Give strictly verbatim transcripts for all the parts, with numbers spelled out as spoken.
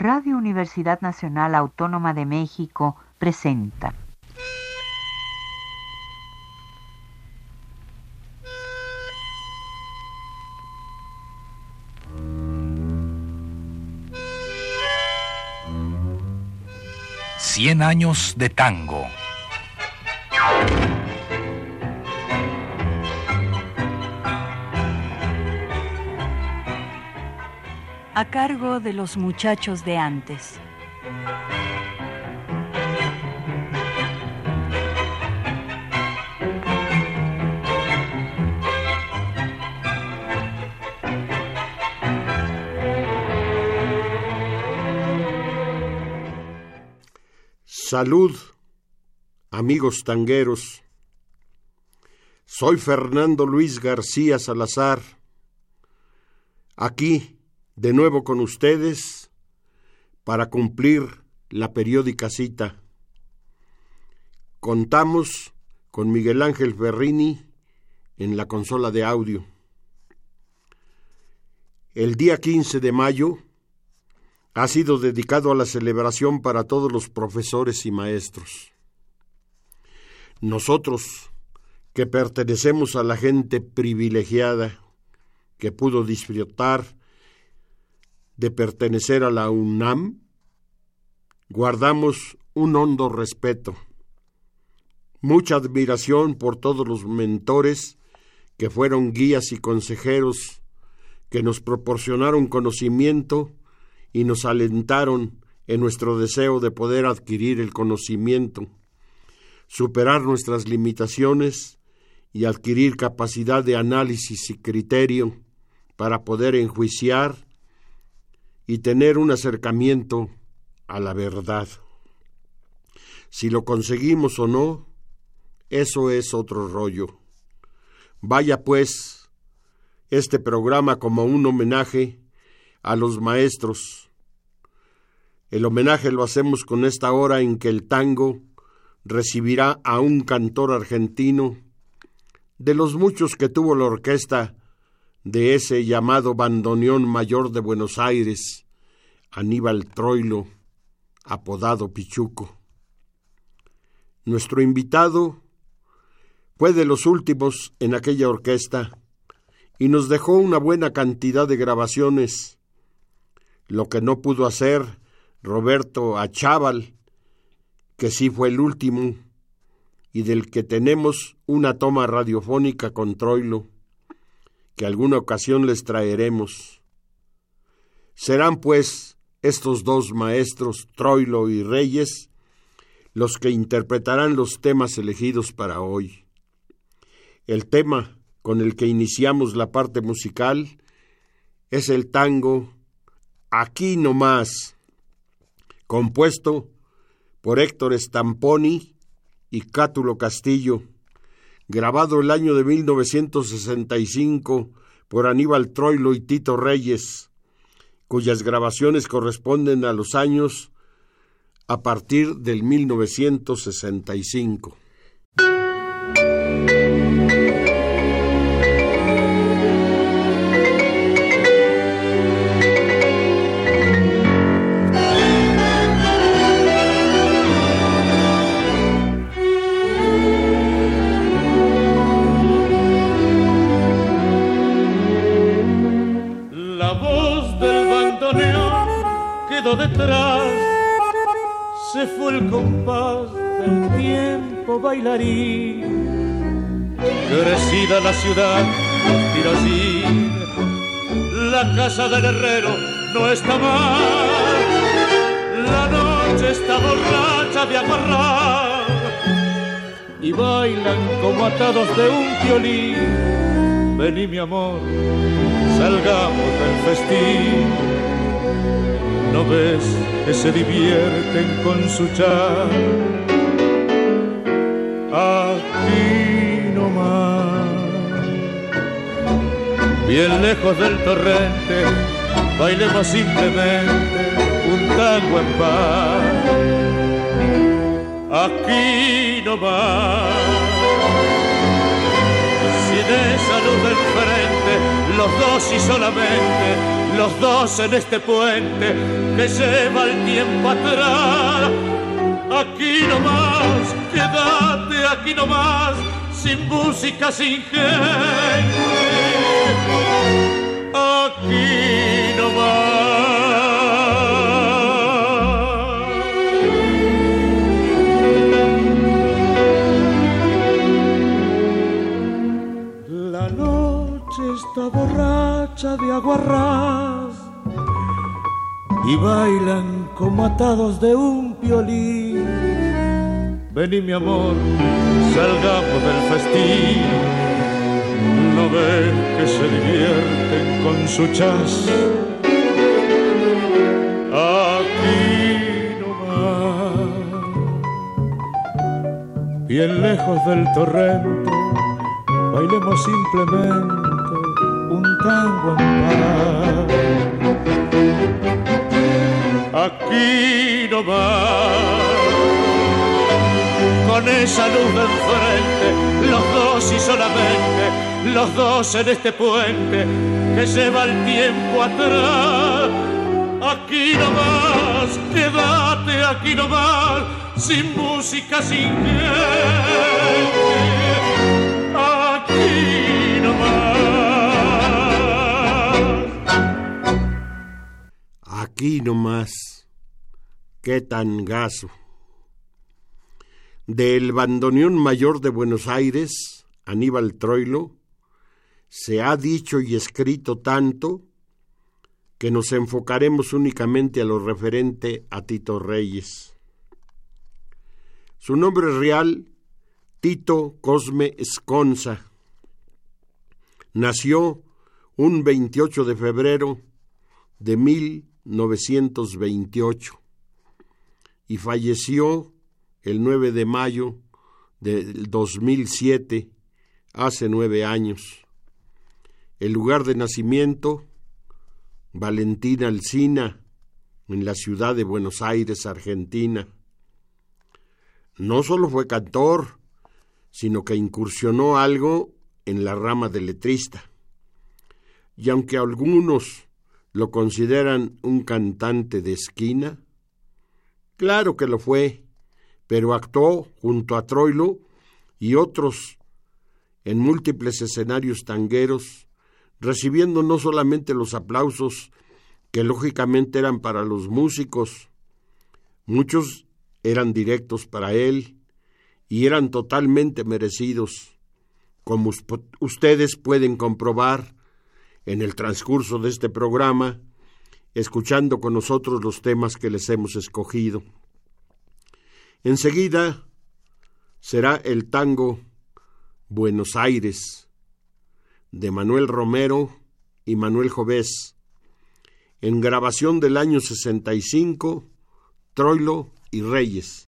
Radio Universidad Nacional Autónoma de México presenta Cien años de tango. A cargo de los muchachos de antes. Salud, amigos tangueros. Soy Fernando Luis García Salazar, aquí de nuevo con ustedes para cumplir la periódica cita. Contamos con Miguel Ángel Ferrini en la consola de audio. El día quince de mayo ha sido dedicado a la celebración para todos los profesores y maestros. Nosotros, que pertenecemos a la gente privilegiada que pudo disfrutar de pertenecer a la UNAM, guardamos un hondo respeto, mucha admiración por todos los mentores que fueron guías y consejeros que nos proporcionaron conocimiento y nos alentaron en nuestro deseo de poder adquirir el conocimiento, superar nuestras limitaciones y adquirir capacidad de análisis y criterio para poder enjuiciar y tener un acercamiento a la verdad. Si lo conseguimos o no, eso es otro rollo. Vaya pues este programa como un homenaje a los maestros. El homenaje lo hacemos con esta hora en que el tango recibirá a un cantor argentino de los muchos que tuvo la orquesta de ese llamado bandoneón mayor de Buenos Aires, Aníbal Troilo, apodado Pichuco. Nuestro invitado fue de los últimos en aquella orquesta y nos dejó una buena cantidad de grabaciones, lo que no pudo hacer Roberto Achával, que sí fue el último, y del que tenemos una toma radiofónica con Troilo, que alguna ocasión les traeremos. Serán pues estos dos maestros, Troilo y Reyes, los que interpretarán los temas elegidos para hoy. El tema con el que iniciamos la parte musical es el tango Aquí no más, compuesto por Héctor Stamponi y Cátulo Castillo, grabado el año de mil novecientos sesenta y cinco por Aníbal Troilo y Tito Reyes, cuyas grabaciones corresponden a los años a partir del mil novecientos sesenta y cinco. Detrás se fue el compás del tiempo bailarín. Crecida la ciudad, tira así, la casa del herrero no está mal. La noche está borracha de agarrar y bailan como atados de un violín. Vení mi amor, salgamos del festín. ¿No ves que se divierten con su char? Aquí nomás, bien lejos del torrente, bailemos simplemente un tango en paz. Aquí nomás, sin esa luz del frente, los dos y solamente los dos en este puente que lleva el tiempo atrás. Aquí nomás, quédate aquí nomás, sin música, sin gente. Aquí nomás. La noche está borracha de aguarrás y bailan como atados de un violín. Vení mi amor, salgamos del festín. No ves que se divierten con su chas. Aquí nomás, bien lejos del torrente, bailemos simplemente un tango en paz. Aquí nomás, con esa luz de enfrente, los dos y solamente, los dos en este puente que lleva el tiempo atrás. Aquí nomás, quédate aquí nomás, sin música, sin gente. Aquí nomás. Aquí nomás. Qué tangazo. Del bandoneón mayor de Buenos Aires, Aníbal Troilo, se ha dicho y escrito tanto que nos enfocaremos únicamente a lo referente a Tito Reyes. Su nombre real, Tito Cosme Esconza. Nació un veintiocho de febrero de mil novecientos veintiocho y falleció el nueve de mayo del dos mil siete, hace nueve años. El lugar de nacimiento, Valentín Alsina, en la ciudad de Buenos Aires, Argentina. No solo fue cantor, sino que incursionó algo en la rama de letrista. Y aunque algunos lo consideran un cantante de esquina, claro que lo fue, pero actuó junto a Troilo y otros en múltiples escenarios tangueros, recibiendo no solamente los aplausos que lógicamente eran para los músicos, muchos eran directos para él y eran totalmente merecidos, como ustedes pueden comprobar en el transcurso de este programa, escuchando con nosotros los temas que les hemos escogido. Enseguida será el tango Buenos Aires, de Manuel Romero y Manuel Jovés, en grabación del año sesenta y cinco, Troilo y Reyes.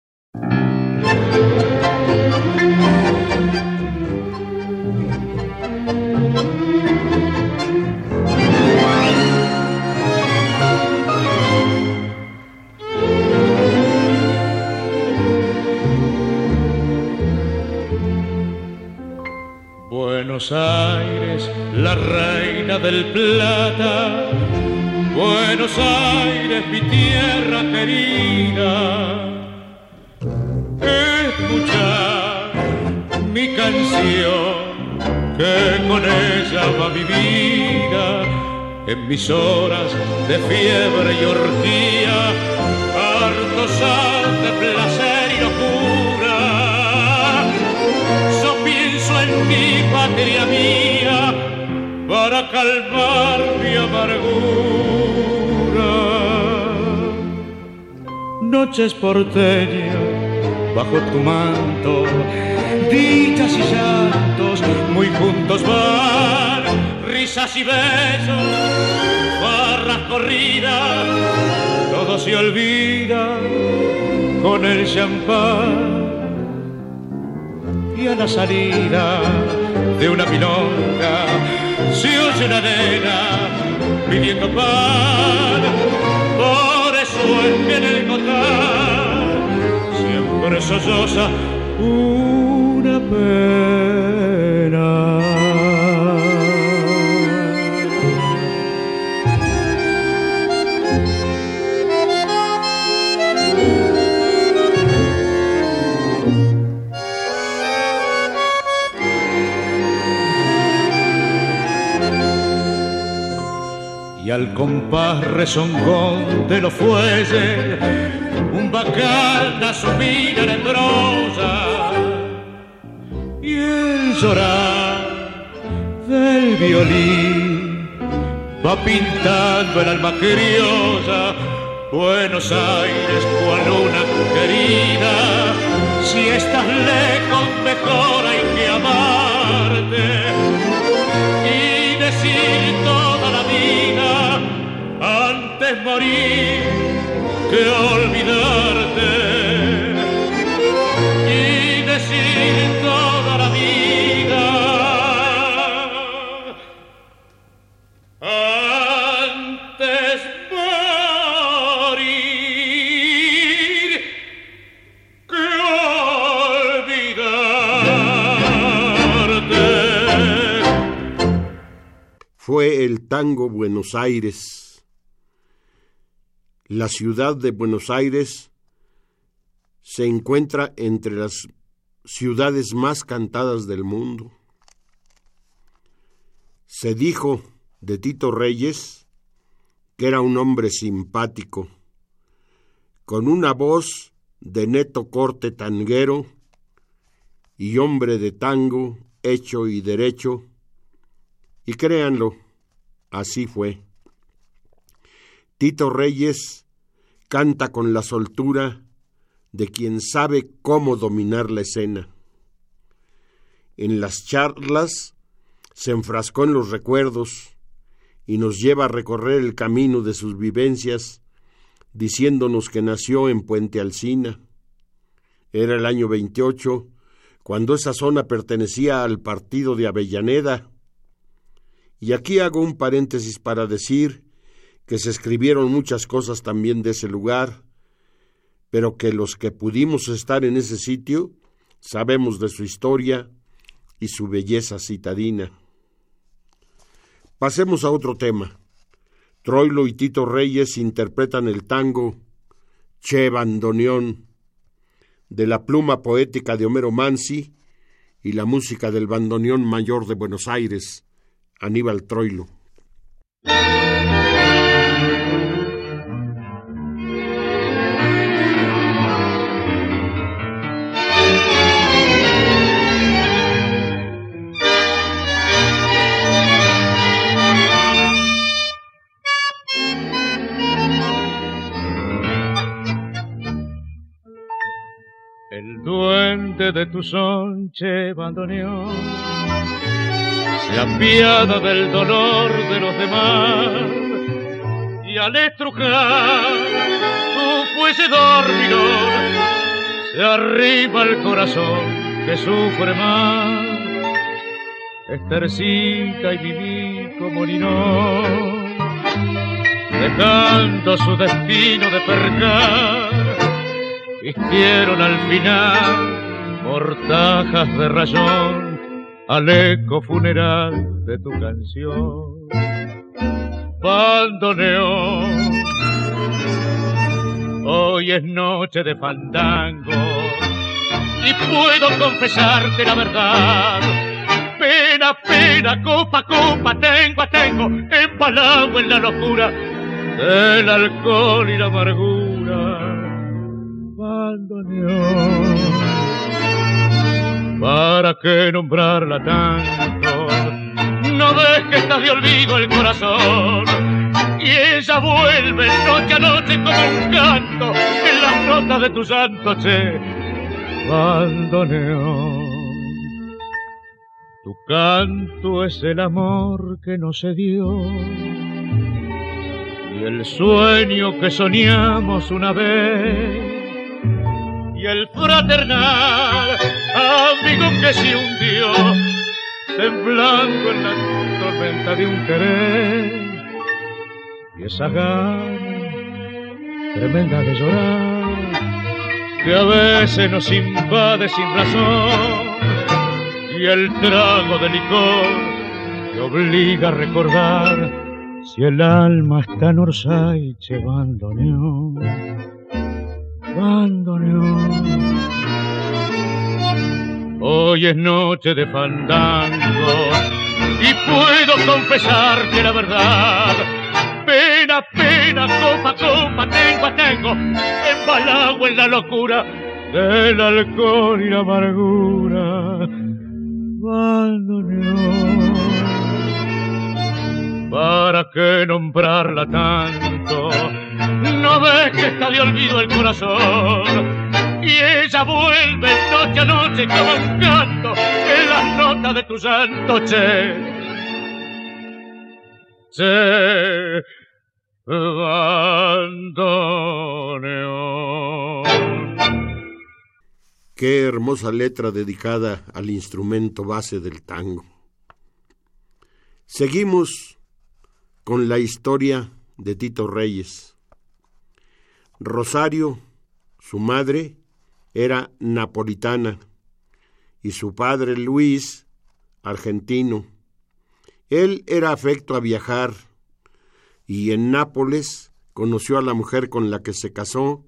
Buenos Aires, la reina del plata, Buenos Aires, mi tierra querida. Escucha mi canción, que con ella va mi vida, en mis horas de fiebre y orgía, hartos sal de placer y locura. Yo pienso en ti, patria mía, para calmar mi amargura. Noches porteñas bajo tu manto, dichas y llantos muy juntos van, risas y besos, barras corridas, todo se olvida con el champán. Y a la salida de una milonga se oye una nena pidiendo pan. Por eso es que en el cotar siempre solloza una pena. compás rezongón de los fuelles, un bacanazo mira en prosa, y el llorar del violín va pintando el alma criolla. Buenos Aires, cual luna querida, si estás lejos mejor hay que amarte y decir toda la vida antes morir que olvidarte, y decir toda la vida antes morir que olvidarte. Fue el tango Buenos Aires. La ciudad de Buenos Aires se encuentra entre las ciudades más cantadas del mundo. Se dijo de Tito Reyes que era un hombre simpático, con una voz de neto corte tanguero y hombre de tango hecho y derecho, y créanlo, así fue. Tito Reyes canta con la soltura de quien sabe cómo dominar la escena. En las charlas se enfrascó en los recuerdos y nos lleva a recorrer el camino de sus vivencias, diciéndonos que nació en Puente Alsina. Era el año veintiocho, cuando esa zona pertenecía al partido de Avellaneda. Y aquí hago un paréntesis para decir que se escribieron muchas cosas también de ese lugar, pero que los que pudimos estar en ese sitio sabemos de su historia y su belleza citadina. Pasemos a otro tema. Troilo y Tito Reyes interpretan el tango Che Bandoneón, de la pluma poética de Homero Mansi y la música del bandoneón mayor de Buenos Aires, Aníbal Troilo. El duende de tu son, Che Bandoneón, se apiada del dolor de los demás, y al estrujar tu fuese dormilón se arriba el corazón que sufre más. Estercita y viví como Ninón, dejando su destino de percar, vistieron al final mortajas de rayón al eco funeral de tu canción. Bandoneón, hoy es noche de fandango y puedo confesarte la verdad. Pena, pena, copa, copa, tengo, tengo, empalado en la locura del alcohol y la amargura. Bandoneón, ¿para qué nombrarla tanto? No dejes de olvido el corazón, y ella vuelve noche a noche como un canto en las notas de tu santo Che Bandoneón. Tu canto es el amor que no se dio y el sueño que soñamos una vez, y el fraternal amigo que se hundió temblando en la tormenta de un querer, y esa gana tremenda de llorar que a veces nos invade sin razón, y el trago de licor que obliga a recordar si el alma está en Orsay. Che Bandoneón, Bandoneón, hoy es noche de fandango y puedo confesarte la verdad. Pero pena, copa a copa, tengo a tengo, embalado en la locura del alcohol y la amargura. Bandoneón, ¿para qué nombrarla tanto? No ves que está de olvido el corazón, y ella vuelve noche a noche como un canto en las notas de tu santo, che, che, bandoneón. Qué hermosa letra dedicada al instrumento base del tango. Seguimos con la historia de Tito Reyes. Rosario, su madre, era napolitana y su padre Luis, argentino. Él era afecto a viajar y en Nápoles conoció a la mujer con la que se casó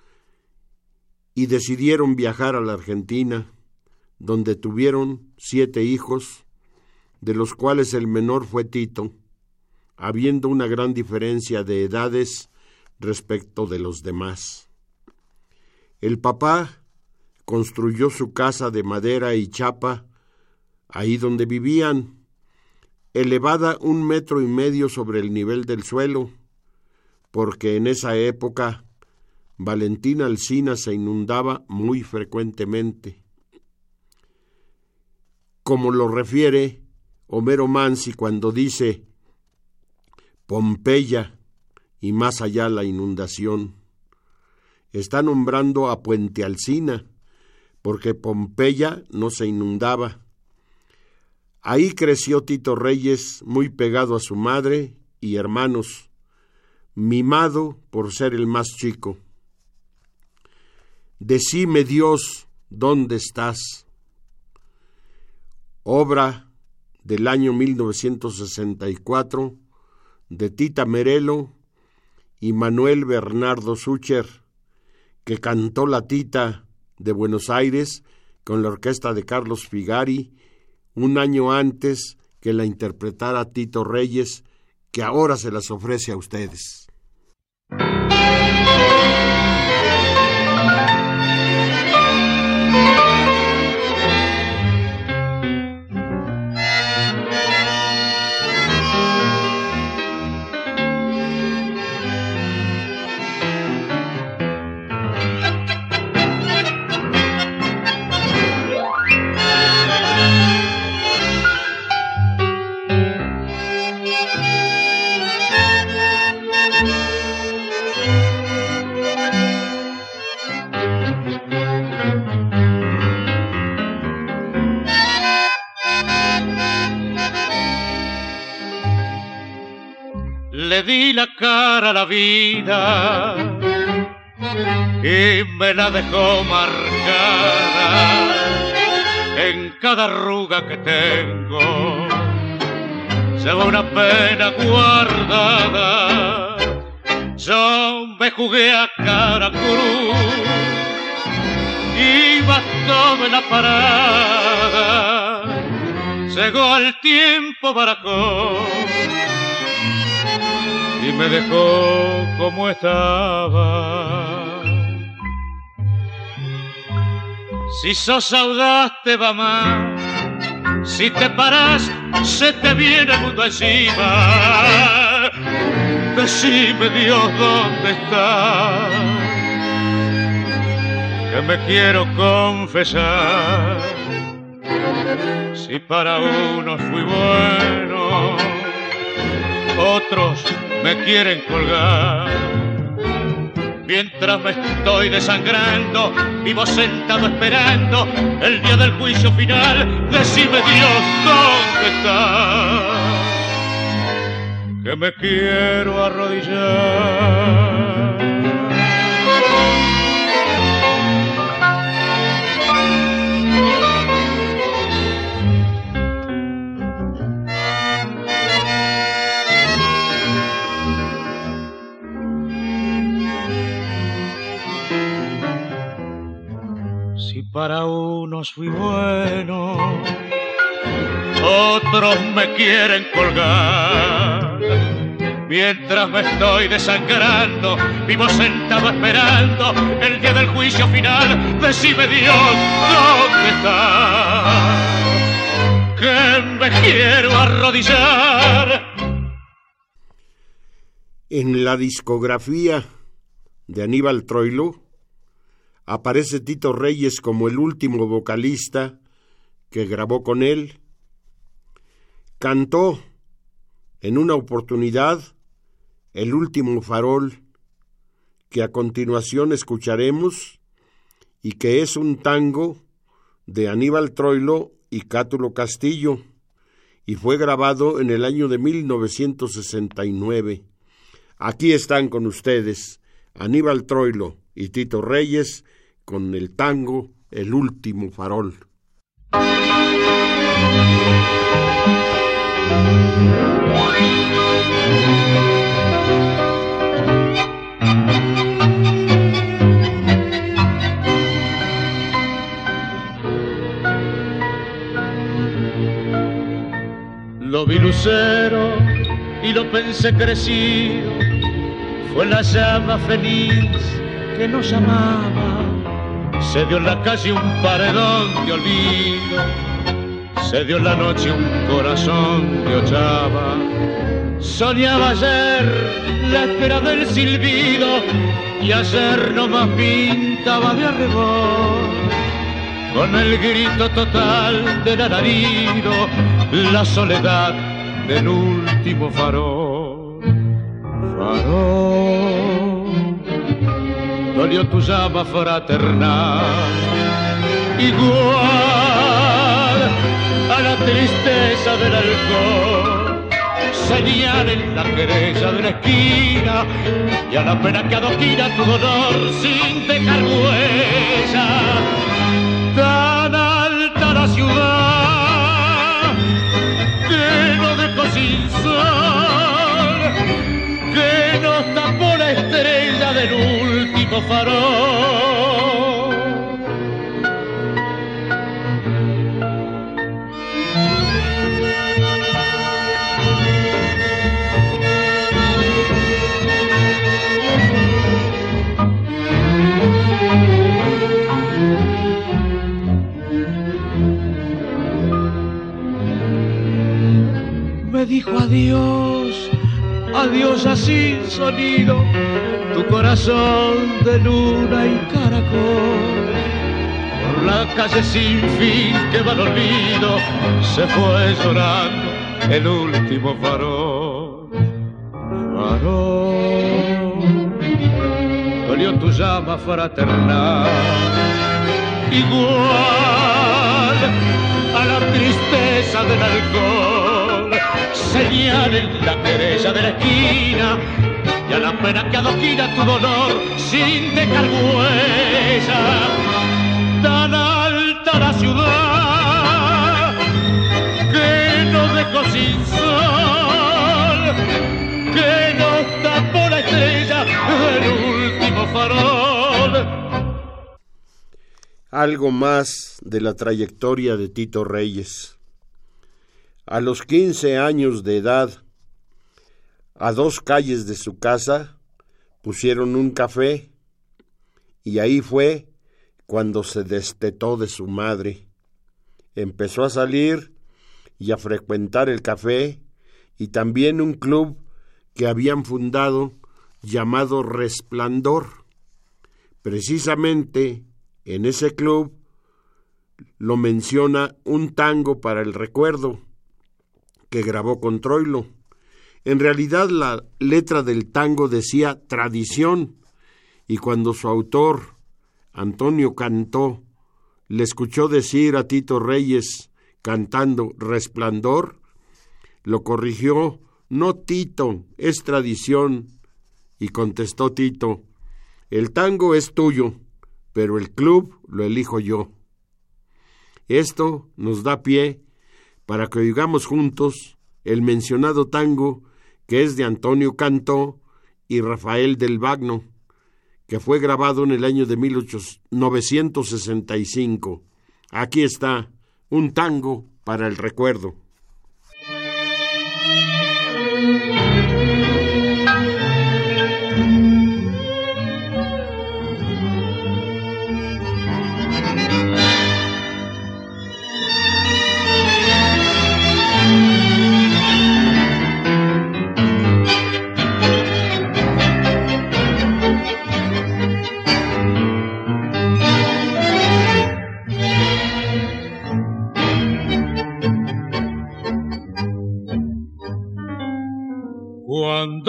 y decidieron viajar a la Argentina, donde tuvieron siete hijos, de los cuales el menor fue Tito, habiendo una gran diferencia de edades respecto de los demás. El papá construyó su casa de madera y chapa, ahí donde vivían, elevada un metro y medio sobre el nivel del suelo, porque en esa época Valentín Alsina se inundaba muy frecuentemente. Como lo refiere Homero Mansi cuando dice Pompeya y más allá la inundación, está nombrando a Puente Alsina, porque Pompeya no se inundaba. Ahí creció Tito Reyes muy pegado a su madre y hermanos, mimado por ser el más chico. Decime, Dios, ¿dónde estás? Obra del año mil novecientos sesenta y cuatro de Tita Merelo y Manuel Bernardo Sucher, que cantó la Tita de Buenos Aires con la orquesta de Carlos Figari un año antes que la interpretara Tito Reyes, que ahora se las ofrece a ustedes. Le di la cara a la vida y me la dejó marcada en cada arruga que tengo. Se va una pena guardada. Yo me jugué a cara cruz, iba todo en la parada. Llegó el tiempo baracón y me dejó como estaba. Si sos audaz te va mal, si te paras se te viene el mundo encima. Decime, Dios, ¿dónde estás? Que me quiero confesar. Si para unos fui bueno, otros me quieren colgar. Mientras me estoy desangrando, vivo sentado esperando el día del juicio final. Decime, Dios, ¿dónde está? Que me quiero arrodillar. Si para unos fui bueno, otros me quieren colgar. Mientras me estoy desangrando, vivo sentado esperando el día del juicio final. Decime Dios, ¿dónde está? Que me quiero arrodillar. En la discografía de Aníbal Troilo aparece Tito Reyes como el último vocalista que grabó con él. Cantó en una oportunidad El último farol, que a continuación escucharemos y que es un tango de Aníbal Troilo y Cátulo Castillo, y fue grabado en el año de mil novecientos sesenta y nueve. Aquí están con ustedes Aníbal Troilo y Tito Reyes con el tango El último farol. Lo vi lucero y lo pensé crecido, fue la llama feliz que nos amaba. Se dio en la calle un paredón de olvido, se dio en la noche un corazón de ochava. Soñaba ayer la espera del silbido y ayer nomás pintaba de arrebol. Con el grito total del alarido, la soledad del último farol. Farol, dolió tu llama fraternal, igual a la tristeza del alcohol. Señal en la querella de la esquina y a la pena que adoquina tu dolor sin dejar huella. Tan alta la ciudad que nos dejó sin sol, que nos tapó la estrella del último farol. Me dijo adiós, adiós así sonido, tu corazón de luna y caracol. Por la calle sin fin que va al olvido, se fue llorando el último farol. Farol, dolió tu llama fraternal, igual a la tristeza del alcohol. Señal en la querella de la esquina y a la pena que adoquina tu dolor sin dejar huella. Tan alta la ciudad que nos dejó sin sol, que nos tapó la estrella del último farol. Algo más de la trayectoria de Tito Reyes. A los quince años de edad, a dos calles de su casa, pusieron un café y ahí fue cuando se destetó de su madre. Empezó a salir y a frecuentar el café y también un club que habían fundado llamado Resplandor. Precisamente en ese club lo menciona un tango para el recuerdo que grabó con Troilo. En realidad la letra del tango decía tradición, y cuando su autor, Antonio Cantó, le escuchó decir a Tito Reyes cantando Resplandor, lo corrigió: no, Tito, es tradición. Y contestó Tito: el tango es tuyo, pero el club lo elijo yo. Esto nos da pie para que oigamos juntos el mencionado tango, que es de Antonio Cantó y Rafael del Bagno, que fue grabado en el año de mil novecientos sesenta y cinco. Aquí está un tango para el recuerdo.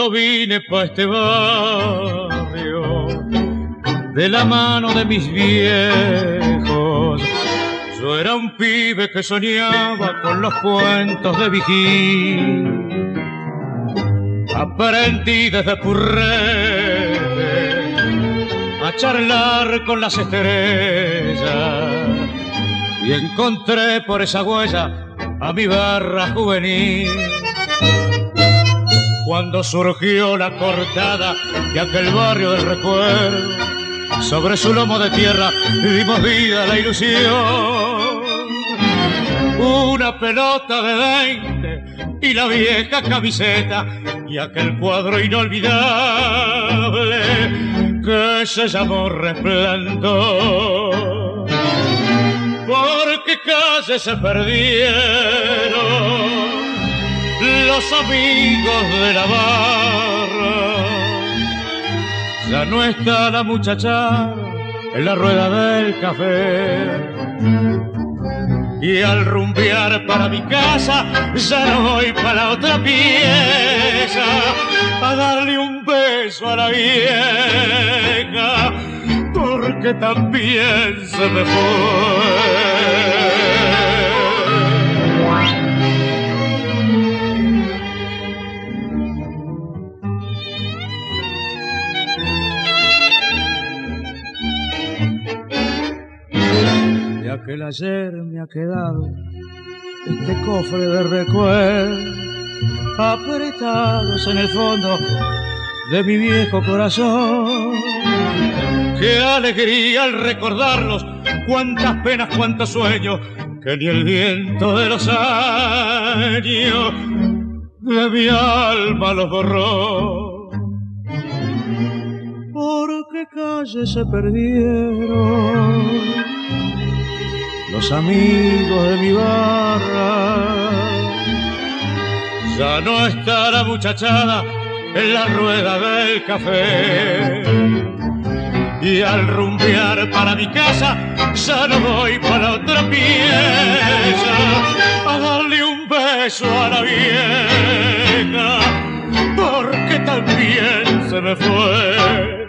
cuando vine pa' este barrio, de la mano de mis viejos, yo era un pibe que soñaba con los cuentos de Vigil. Aprendí desde Purrete a charlar con las estrellas y encontré por esa huella a mi barra juvenil. Cuando surgió la cortada de aquel barrio del recuerdo, sobre su lomo de tierra dimos vida a la ilusión. Una pelota de veinte y la vieja camiseta y aquel cuadro inolvidable que se llamó Resplandor. ¿Por qué calles se perdieron los amigos de la barra? Ya no está la muchacha en la rueda del café. Y al rumbear para mi casa, ya no voy para la otra pieza a darle un beso a la vieja, porque también se me fue. De aquel ayer me ha quedado este cofre de recuerdos apretados en el fondo de mi viejo corazón. Qué alegría al recordarlos, cuántas penas, cuántos sueños, que ni el viento de los años de mi alma los borró. ¿Por qué calles se perdieron los amigos de mi barra? Ya no está la muchachada en la rueda del café. Y al rumbear para mi casa, ya no voy para la otra pieza a darle un beso a la vieja, porque también se me fue.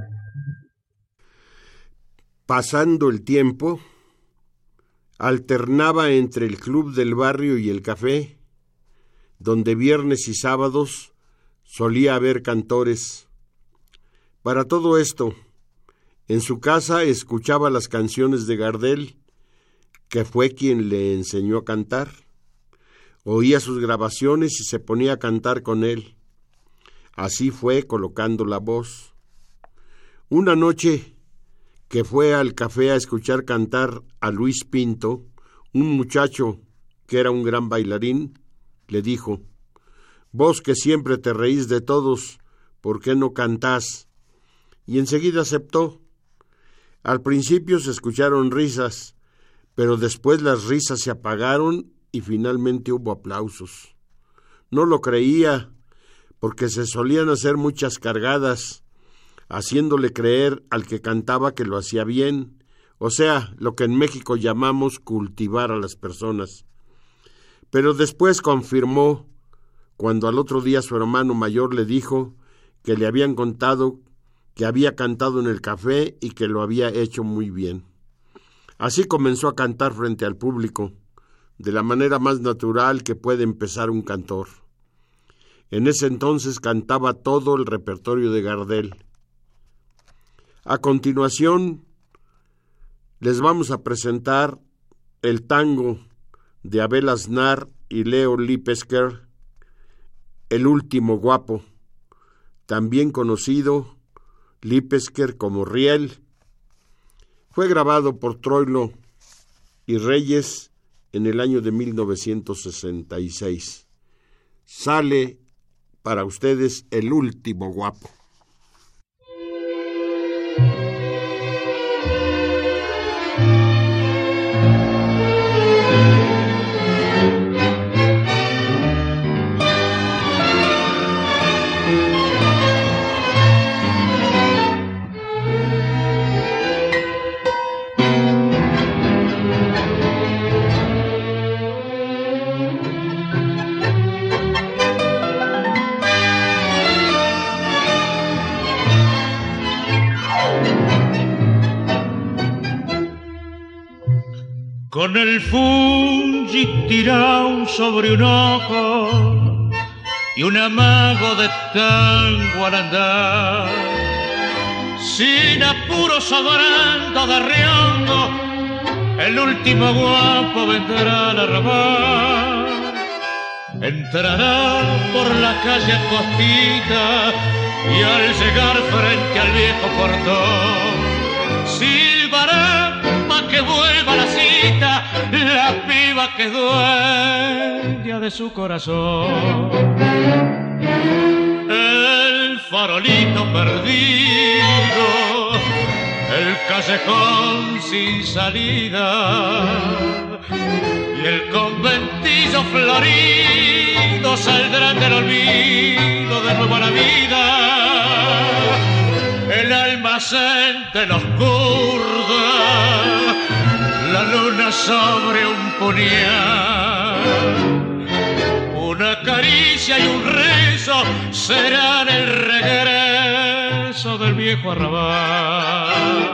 Pasando el tiempo, alternaba entre el club del barrio y el café, donde viernes y sábados solía haber cantores. Para todo esto, en su casa escuchaba las canciones de Gardel, que fue quien le enseñó a cantar. Oía sus grabaciones y se ponía a cantar con él. Así fue colocando la voz. Una noche que fue al café a escuchar cantar a Luis Pinto, un muchacho que era un gran bailarín, le dijo: «Vos que siempre te reís de todos, ¿por qué no cantás?». Y enseguida aceptó. Al principio se escucharon risas, pero después las risas se apagaron y finalmente hubo aplausos. No lo creía, porque se solían hacer muchas cargadas, haciéndole creer al que cantaba que lo hacía bien, o sea, lo que en México llamamos cultivar a las personas. Pero después confirmó, cuando al otro día su hermano mayor le dijo que le habían contado que había cantado en el café y que lo había hecho muy bien. Así comenzó a cantar frente al público, de la manera más natural que puede empezar un cantor. En ese entonces cantaba todo el repertorio de Gardel. A continuación, les vamos a presentar el tango de Abel Aznar y Leo Lipesker, El último guapo, también conocido Lipesker como Riel. Fue grabado por Troilo y Reyes en el año de mil novecientos sesenta y seis. Sale para ustedes El último guapo. Con el fungi tirado sobre un ojo y un amago de tango al andar, sin apuro sobrando de riongo, el último guapo vendrá al arrabal. Entrará por la calle Costita y al llegar frente al viejo portón, silbará pa' que vuelva la cita la piba que es dueña de su corazón. El farolito perdido, el callejón sin salida y el conventillo florido saldrán del olvido de nuevo a la vida. El almacén de los kurdas, la luna sobre un puñal, una caricia y un rezo serán el regreso del viejo arrabal.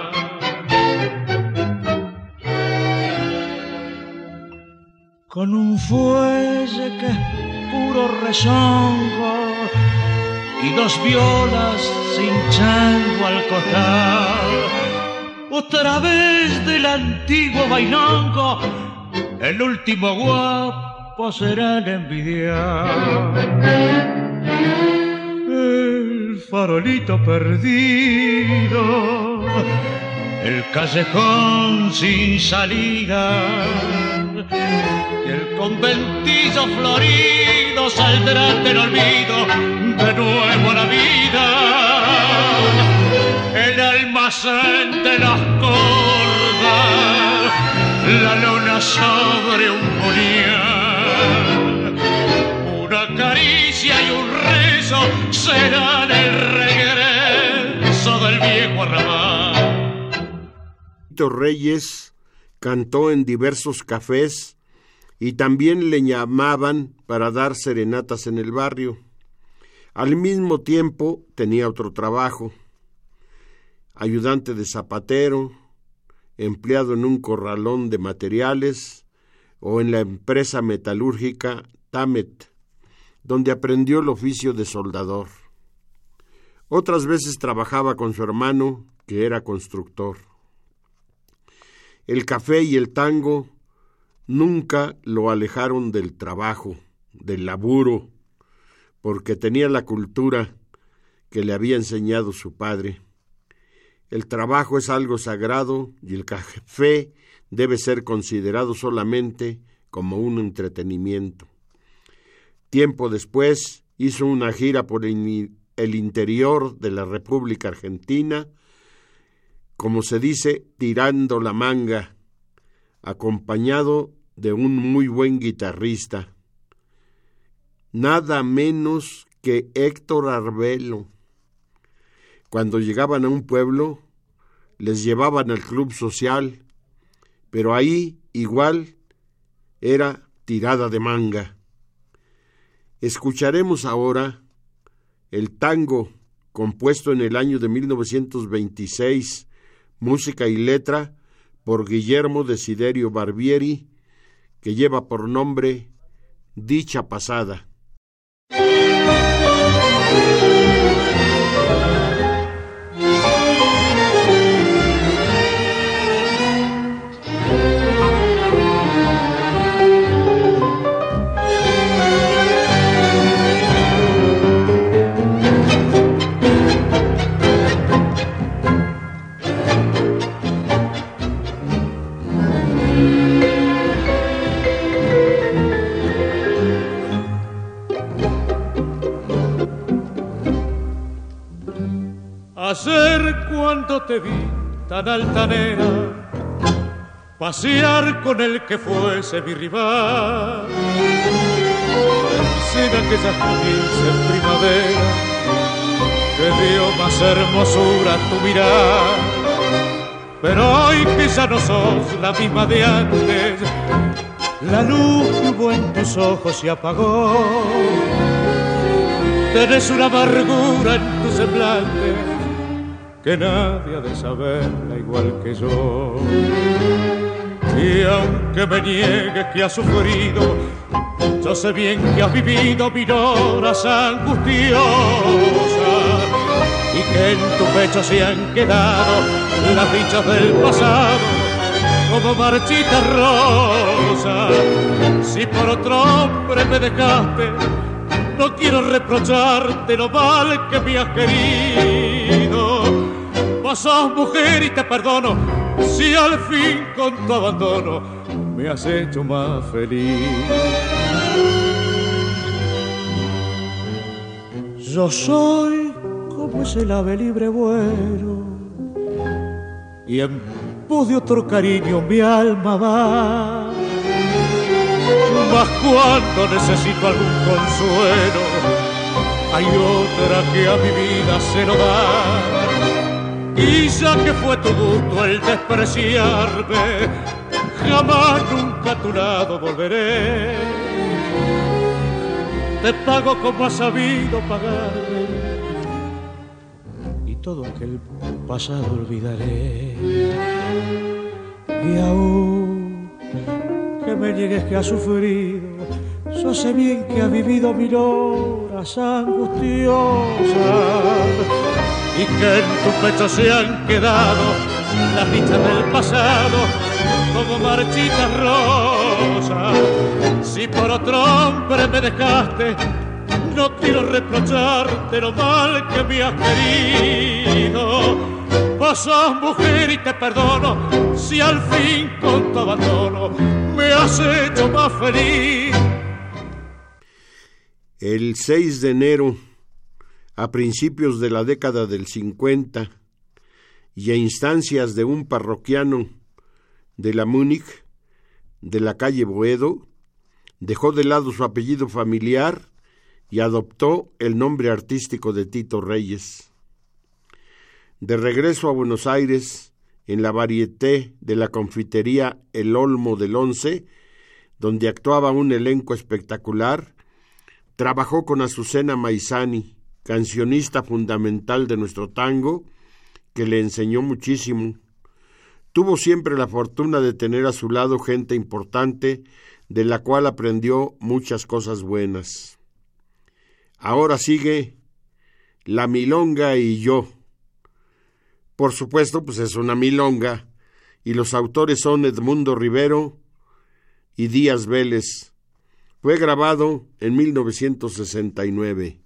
Con un fuelle que es puro rezongo y dos violas sin chango al costal, otra vez del antiguo bailongo, el último guapo será el envidiado. El farolito perdido, el callejón sin salida y el conventillo florido saldrán del olvido de nuevo a la vida. El almacén de las cordas, la luna sobre un puñal, una caricia y un rezo serán el regreso del viejo arrabal. Reyes cantó en diversos cafés y también le llamaban para dar serenatas en el barrio. Al mismo tiempo tenía otro trabajo: ayudante de zapatero, empleado en un corralón de materiales o en la empresa metalúrgica Tamet, donde aprendió el oficio de soldador. Otras veces trabajaba con su hermano, que era constructor. El café y el tango nunca lo alejaron del trabajo, del laburo, porque tenía la cultura que le había enseñado su padre. El trabajo es algo sagrado y el café debe ser considerado solamente como un entretenimiento. Tiempo después hizo una gira por el interior de la República Argentina, como se dice, tirando la manga, acompañado de un muy buen guitarrista, nada menos que Héctor Arbelo. Cuando llegaban a un pueblo, les llevaban al club social, pero ahí igual era tirada de manga. Escucharemos ahora el tango compuesto en el año de mil novecientos veintiséis, música y letra por Guillermo Desiderio Barbieri, que lleva por nombre Dicha Pasada. Ayer cuando te vi tan altanera, pasear con el que fuese mi rival, sin aquellas dulces primavera que dio más hermosura a tu mirar. Pero hoy que ya no sos la misma de antes, la luz que hubo en tus ojos se apagó. Tenés una amargura en tu semblante que nadie ha de saberla igual que yo. Y aunque me niegues que has sufrido, yo sé bien que has vivido mil horas angustiosas y que en tu pecho se han quedado las dichas del pasado como marchitas rosas. Si por otro hombre me dejaste, no quiero reprocharte lo mal que me has querido. Vos sos mujer y te perdono si al fin con tu abandono me has hecho más feliz. Yo soy como ese ave libre vuelo y en pos de otro cariño mi alma va. Mas cuando necesito algún consuelo, hay otra que a mi vida se lo da. Y ya que fue tu gusto el despreciarme, jamás nunca a tu lado volveré. Te pago como has sabido pagarme y todo aquel pasado olvidaré. Y aún que me niegues que has sufrido, yo sé bien que has vivido mil horas angustiosas y que en tu pecho se han quedado las dichas del pasado como marchitas rosas. Si por otro hombre me dejaste, no quiero reprocharte lo mal que me has querido. Vos sos mujer y te perdono si al fin con tu abandono me has hecho más feliz. El seis de enero, a principios de la década del cincuenta, y a instancias de un parroquiano de la Múnich, de la calle Boedo, dejó de lado su apellido familiar y adoptó el nombre artístico de Tito Reyes. De regreso a Buenos Aires, en la varieté de la confitería El Olmo del Once, donde actuaba un elenco espectacular, trabajó con Azucena Maizani, cancionista fundamental de nuestro tango, que le enseñó muchísimo. Tuvo siempre la fortuna de tener a su lado gente importante, de la cual aprendió muchas cosas buenas. Ahora sigue La Milonga y yo. Por supuesto, pues es una milonga, y los autores son Edmundo Rivero y Díaz Vélez. Fue grabado en mil novecientos sesenta y nueve.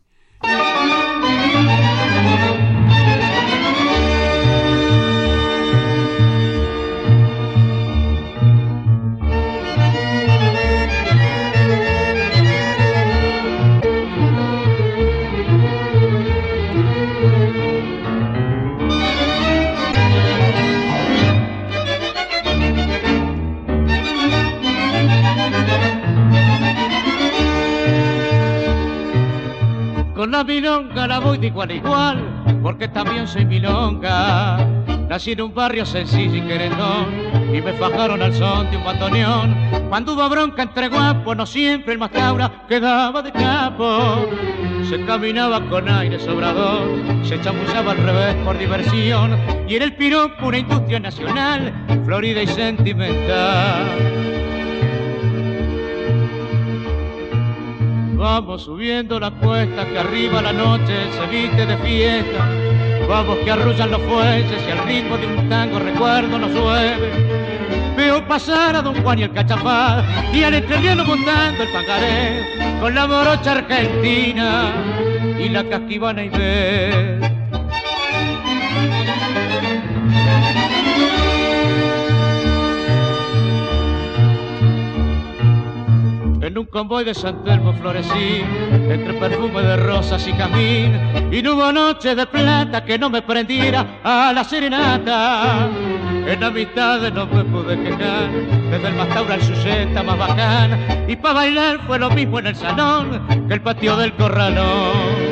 Con la milonga la voy de igual a igual, porque también soy milonga. Nací en un barrio sencillo y querendón, y me fajaron al son de un bandoneón. Cuando hubo bronca entre guapos, no siempre el más cabra quedaba de capo. Se caminaba con aire sobrador, se chamullaba al revés por diversión, y era el piropo una industria nacional, florida y sentimental. Vamos subiendo la cuesta que arriba la noche se viste de fiesta. Vamos que arrullan los fuelles y al ritmo de un tango recuerdo nos llueve. Veo pasar a Don Juan y el Cachafá y al entrerriano montando el pangaré con la morocha argentina y la casquivana Ibel. En un convoy de San Telmo florecí, entre perfume de rosas y jazmín, y no hubo noche de plata que no me prendiera a la serenata. En amistades no me pude quejar, desde el Mastaura al Suyeta más bacán, y pa' bailar fue lo mismo en el salón que el patio del Corralón.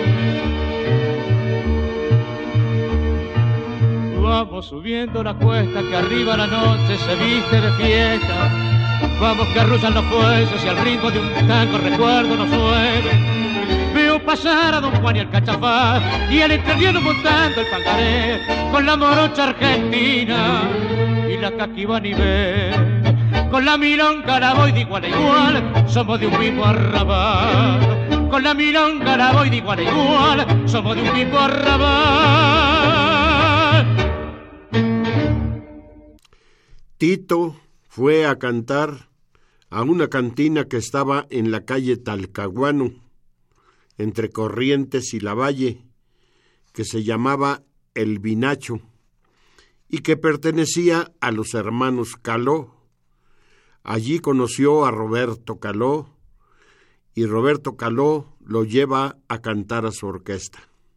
Vamos subiendo la cuesta que arriba la noche se viste de fiesta. Vamos que arrullan los fuelles y al ritmo de un tango recuerdo nos llueve. Veo pasar a Don Juan y el Cachafá y al entrerriano montando el pangaré con la morocha argentina y la casquivana Ibel. Con la milonga la voy de igual a igual, somos de un mismo arrabal. Con la milonga la voy de igual a igual, somos de un mismo arrabal. Tito fue a cantar a una cantina que estaba en la calle Talcahuano, entre Corrientes y Lavalle, que se llamaba El Vinacho, y que pertenecía a los hermanos Caló. Allí conoció a Roberto Caló, y Roberto Caló lo lleva a cantar a su orquesta.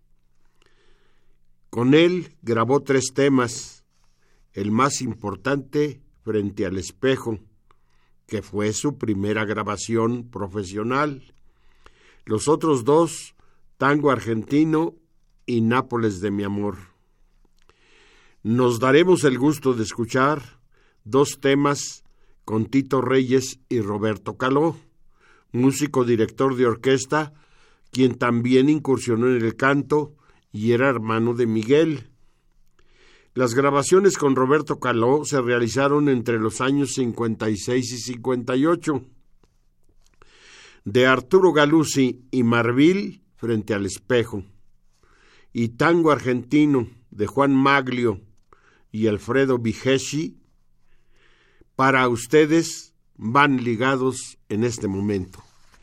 Con él grabó tres temas, el más importante, Frente al Espejo, que fue su primera grabación profesional. Los otros dos, Tango Argentino y Nápoles de mi amor. Nos daremos el gusto de escuchar dos temas con Tito Reyes y Roberto Caló, músico director de orquesta, quien también incursionó en el canto y era hermano de Miguel. Las grabaciones con Roberto Caló se realizaron entre los años cincuenta y seis y cincuenta y ocho. De Arturo Galuzzi y Marvil, Frente al Espejo, y Tango Argentino, de Juan Maglio y Alfredo Vigesi, para ustedes van ligados en este momento.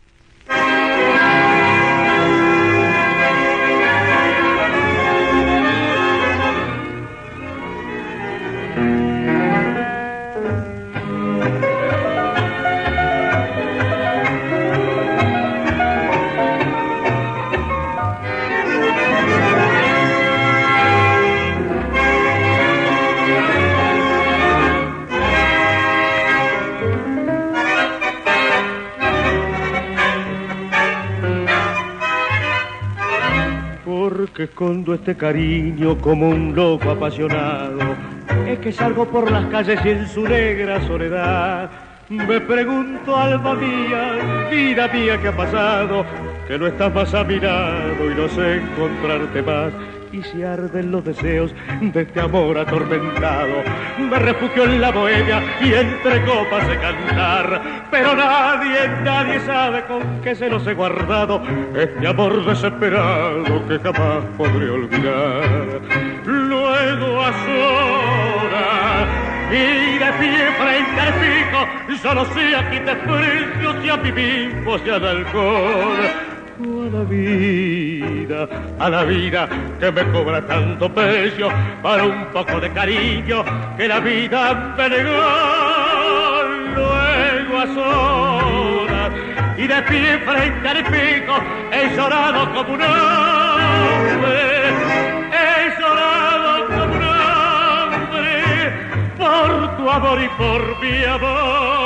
Que escondo este cariño como un loco apasionado, es que salgo por las calles y en su negra soledad me pregunto, alma mía, vida mía, ¿qué ha pasado? Que no estás más a mi lado y no sé encontrarte más. Y si arden los deseos de este amor atormentado, me refugio en la bohemia y entre copas de cantar. Pero nadie, nadie sabe con qué se los he guardado este amor desesperado que jamás podré olvidar. Luego a solas y de pie frente al pico, solo sé a quien desprecio, si a mi mismo, si al alcohol. A la vida, a la vida que me cobra tanto precio para un poco de cariño que la vida me negó. Luego a solas y de pie frente al pico he llorado como un hombre, he llorado como un hombre por tu amor y por mi amor.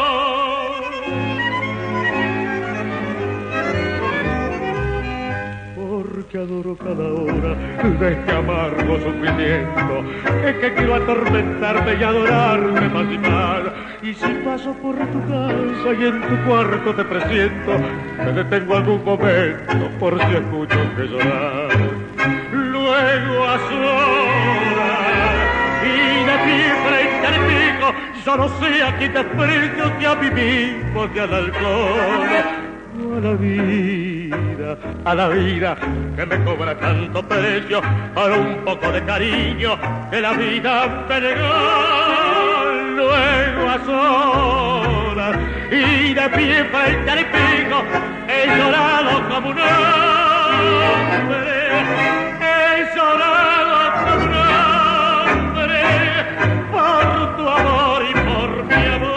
Que adoro cada hora de este amargo sufrimiento, es que quiero atormentarme y adorarte más y más. Y si paso por tu casa y en tu cuarto te presiento, me detengo algún momento por si escucho que llorar. Luego a solas y de pie frente al pico, solo sé a quien desprecio, que a mí mismo, que al alcohol. A la vida, a la vida que me cobra tanto precio para un poco de cariño que la vida me negó. Luego a solas y de pie frente al pico he llorado como un hombre, he llorado como un hombre por tu amor y por mi amor.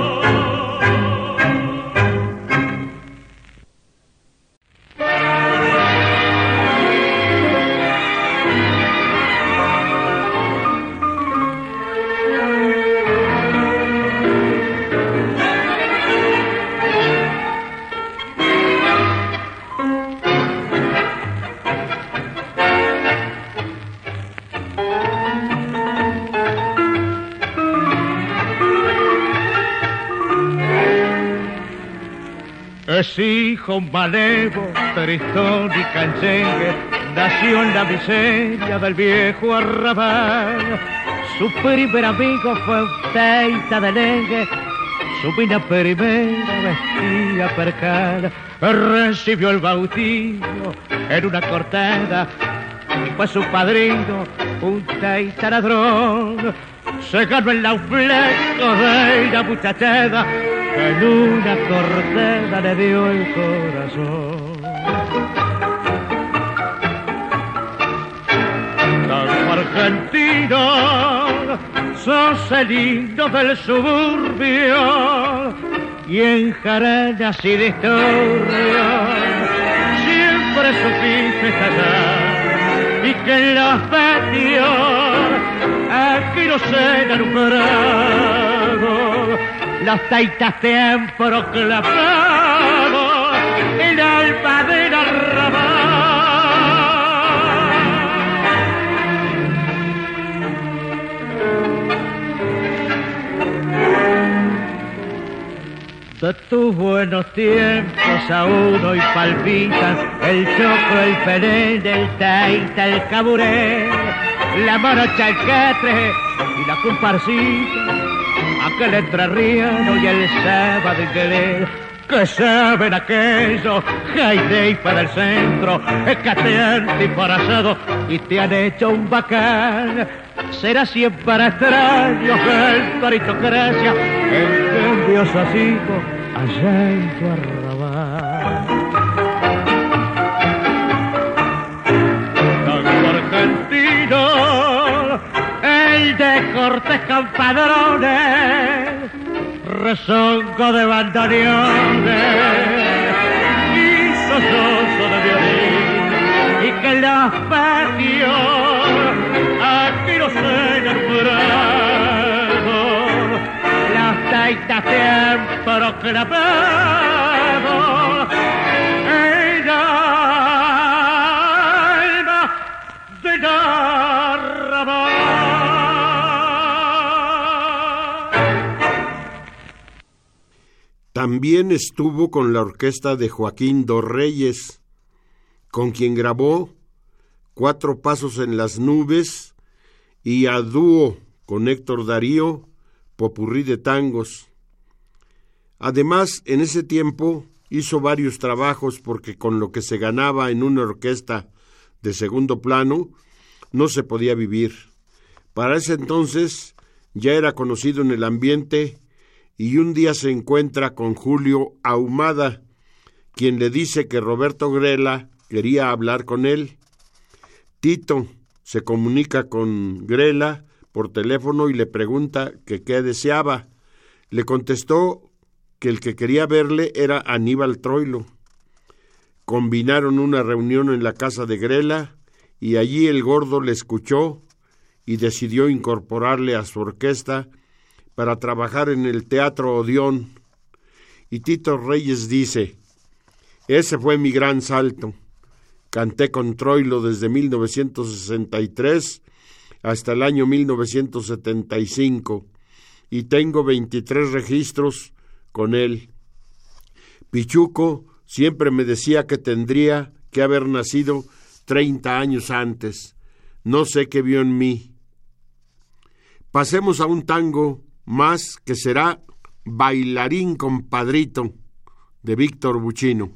Es hijo malevo, tristón y canchengue, nació en la miseria del viejo arrabal. Su primer amigo fue un teita de lengue, su mina primera vestida percada, recibió el bautismo en una cortada, y fue su padrino un taita ladrón. Se ganó el nauflejo de la muchachada, que en una cortada le dio el corazón. Tango argentino, sos el lindo del suburbio, y en jaranas y disturbios siempre supiste estallar, y que en los patios aquí no se han nombrado, las taitas te han proclamado el alma del arrabal. De tus buenos tiempos aún hoy palpitan el choco, el pelén, el taita, el caburé, la morocha, el catre y la comparsita, aquel entrerriano y el sábado inglés, que saben aquello, Jaide y para el centro, escateante y para asado, y te han hecho un bacán. Será siempre extraño que la aristocracia envió su hijos allá en tu arrabal. Tango argentino, el de Cortés Campadrones, rezongo de bandoneones y sososo de violín, y que en los patios aquí no se enamorado, las taitas te han proclamado el alma del arrabal. También estuvo con la orquesta de Joaquín dos Reyes, con quien grabó Cuatro Pasos en las Nubes y a dúo con Héctor Darío, Popurrí de Tangos. Además, en ese tiempo hizo varios trabajos porque con lo que se ganaba en una orquesta de segundo plano no se podía vivir. Para ese entonces ya era conocido en el ambiente y un día se encuentra con Julio Ahumada, quien le dice que Roberto Grela quería hablar con él. Tito se comunica con Grela por teléfono y le pregunta que qué deseaba. Le contestó que el que quería verle era Aníbal Troilo. Combinaron una reunión en la casa de Grela y allí el gordo le escuchó y decidió incorporarle a su orquesta para trabajar en el Teatro Odeón. Y Tito Reyes dice: ese fue mi gran salto. Canté con Troilo desde mil novecientos sesenta y tres hasta el año mil novecientos setenta y cinco y tengo veintitrés registros con él. Pichuco siempre me decía que tendría que haber nacido treinta años antes. No sé qué vio en mí. Pasemos a un tango más que será Bailarín Compadrito, de Víctor Buchino.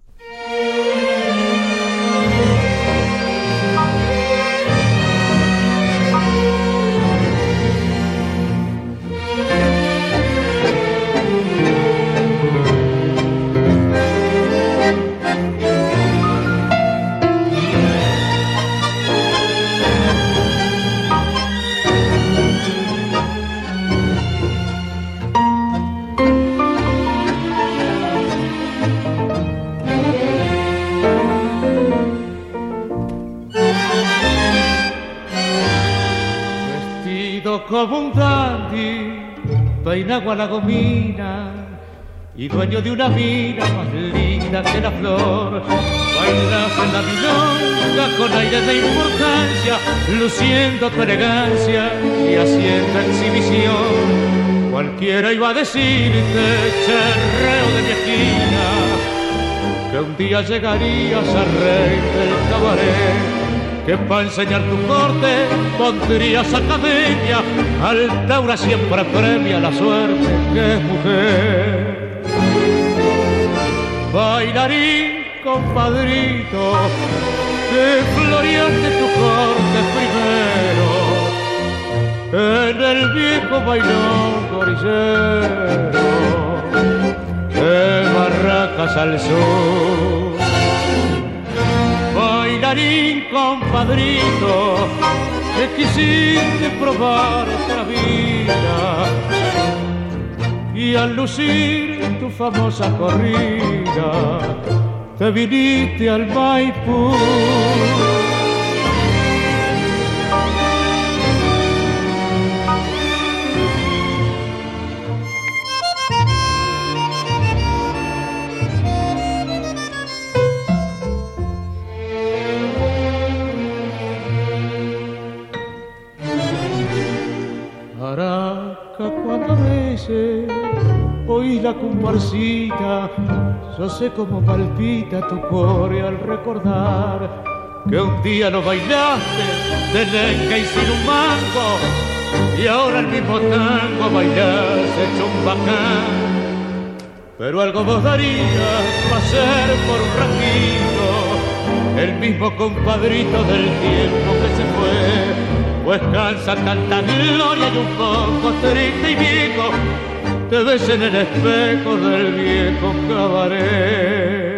Como un dandy, peinado a la gomina y dueño de una mina más linda que la flor. Bailas en la milonga con aire de importancia, luciendo tu elegancia y haciendo exhibición. Cualquiera iba a decirte, charreo de mi esquina, que un día llegarías a rey del cabaret. que pa' enseñar tu corte pondrías academia. Altaura siempre premia la suerte que es mujer. Bailarín, compadrito, que floreaste tu corte primero en el viejo bailón gorillero de Barracas al sur. Bailarín, compadrito, que quisiste probar otra vida y al lucir tu famosa corrida te viniste al Maipú. Oí la comparsita, yo sé cómo palpita tu core al recordar que un día no bailaste de lenca y sin un mango y ahora el mismo tango bailás hecho un bacán. Pero algo vos darías para ser por un ratito el mismo compadrito del tiempo que se fue, pues cansa tanta gloria y un poco triste y viejo te ves en el espejo del viejo cabaret.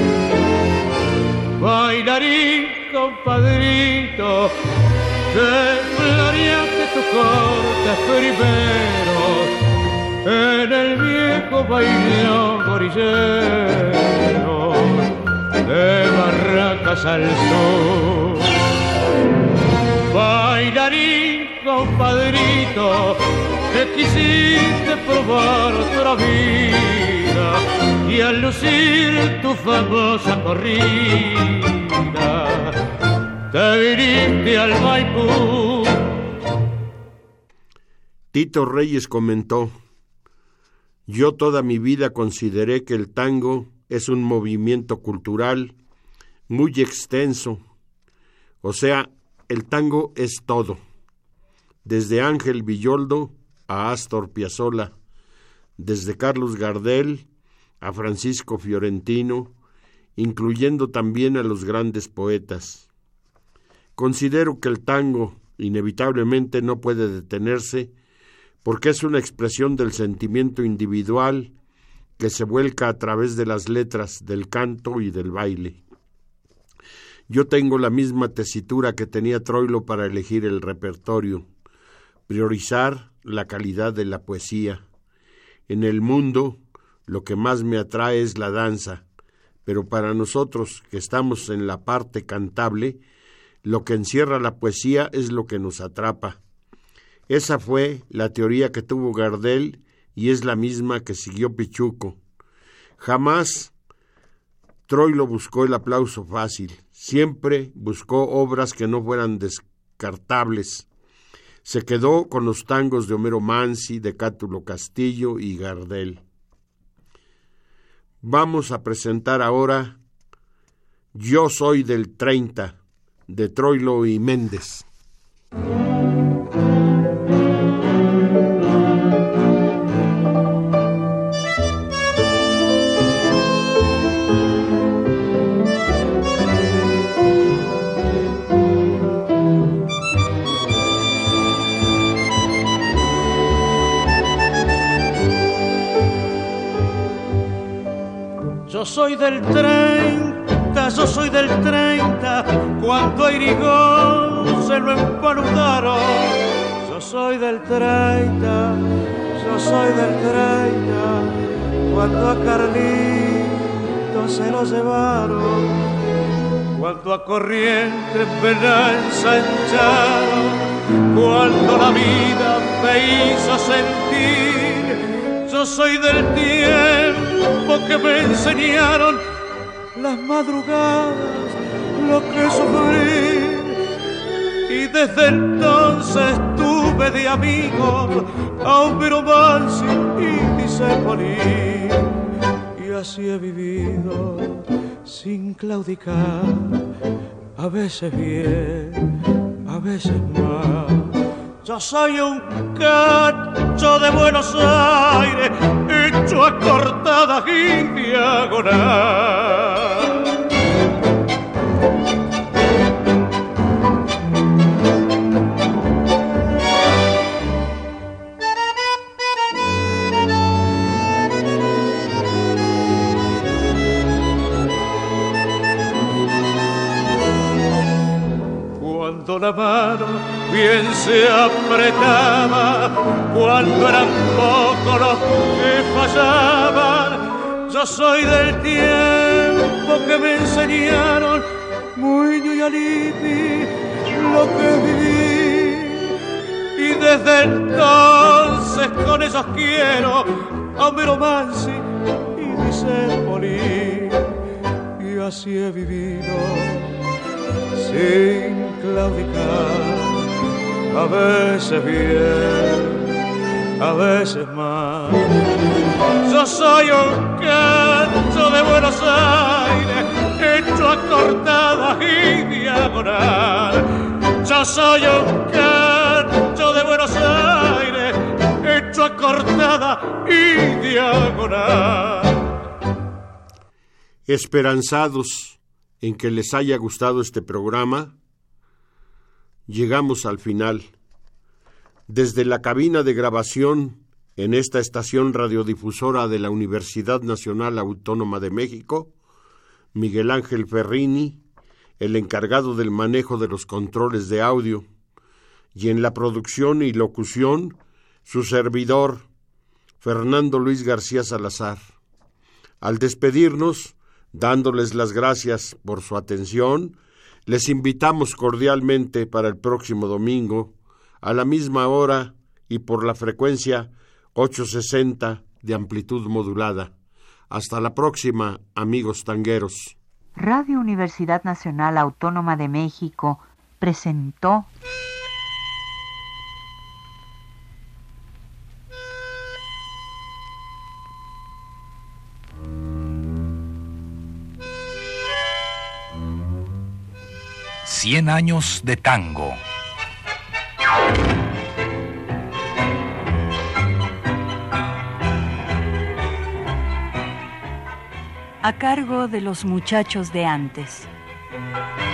Bailarín, compadrito, que floreaste tu corte primero en el viejo bailón gorillero de Barracas al sur. Bailarín, compadrito, que quisiste probar otra vida y al lucir tu famosa corrida te viniste al Maipú. Tito Reyes comentó: yo toda mi vida consideré que el tango es un movimiento cultural muy extenso, o sea, el tango es todo, desde Ángel Villoldo a Astor Piazzolla, desde Carlos Gardel a Francisco Fiorentino, incluyendo también a los grandes poetas. Considero que el tango inevitablemente no puede detenerse porque es una expresión del sentimiento individual que se vuelca a través de las letras, del canto y del baile. Yo tengo la misma tesitura que tenía Troilo para elegir el repertorio, priorizar la calidad de la poesía. En el mundo, lo que más me atrae es la danza, pero para nosotros que estamos en la parte cantable, lo que encierra la poesía es lo que nos atrapa. Esa fue la teoría que tuvo Gardel y es la misma que siguió Pichuco. Jamás Troilo buscó el aplauso fácil, siempre buscó obras que no fueran descartables. Se quedó con los tangos de Homero Manzi, de Cátulo Castillo y Gardel. Vamos a presentar ahora Yo soy del treinta, de Troilo y Méndez. Yo soy del treinta, yo soy del treinta, cuando a Irigón se lo empaludaron. Yo soy del treinta, yo soy del treinta, cuando a Carlito se lo llevaron. Cuando a Corrientes me la ensancharon, cuando la vida me hizo sentir. Yo soy del tiempo que me enseñaron las madrugadas, lo que sufrí, y desde entonces tuve de amigos a Homero Manzi y Nicépoli, y así he vivido sin claudicar, a veces bien, a veces mal. Yo soy un cacho de Buenos Aires, hecho a cortada y diagonal. Cuando la mano bien se apretaba, cuando eran pocos los que fallaban, yo soy del tiempo que me enseñaron Muñoz y Alipi lo que viví, y desde entonces con esos quiero a Homero Mansi y Vicente Molí, y así he vivido sin claudicar, a veces bien, a veces mal. Yo soy un canto de Buenos Aires, hecho a cortada y diagonal. Yo soy un canto de Buenos Aires, hecho a cortada y diagonal. Esperanzados en que les haya gustado este programa, llegamos al final. Desde la cabina de grabación en esta estación radiodifusora de la Universidad Nacional Autónoma de México, Miguel Ángel Ferrini, el encargado del manejo de los controles de audio, y en la producción y locución, su servidor, Fernando Luis García Salazar. Al despedirnos, dándoles las gracias por su atención, les invitamos cordialmente para el próximo domingo, a la misma hora y por la frecuencia ochocientos sesenta de amplitud modulada. Hasta la próxima, amigos tangueros. Radio Universidad Nacional Autónoma de México presentó Cien años de tango. A cargo de los muchachos de antes.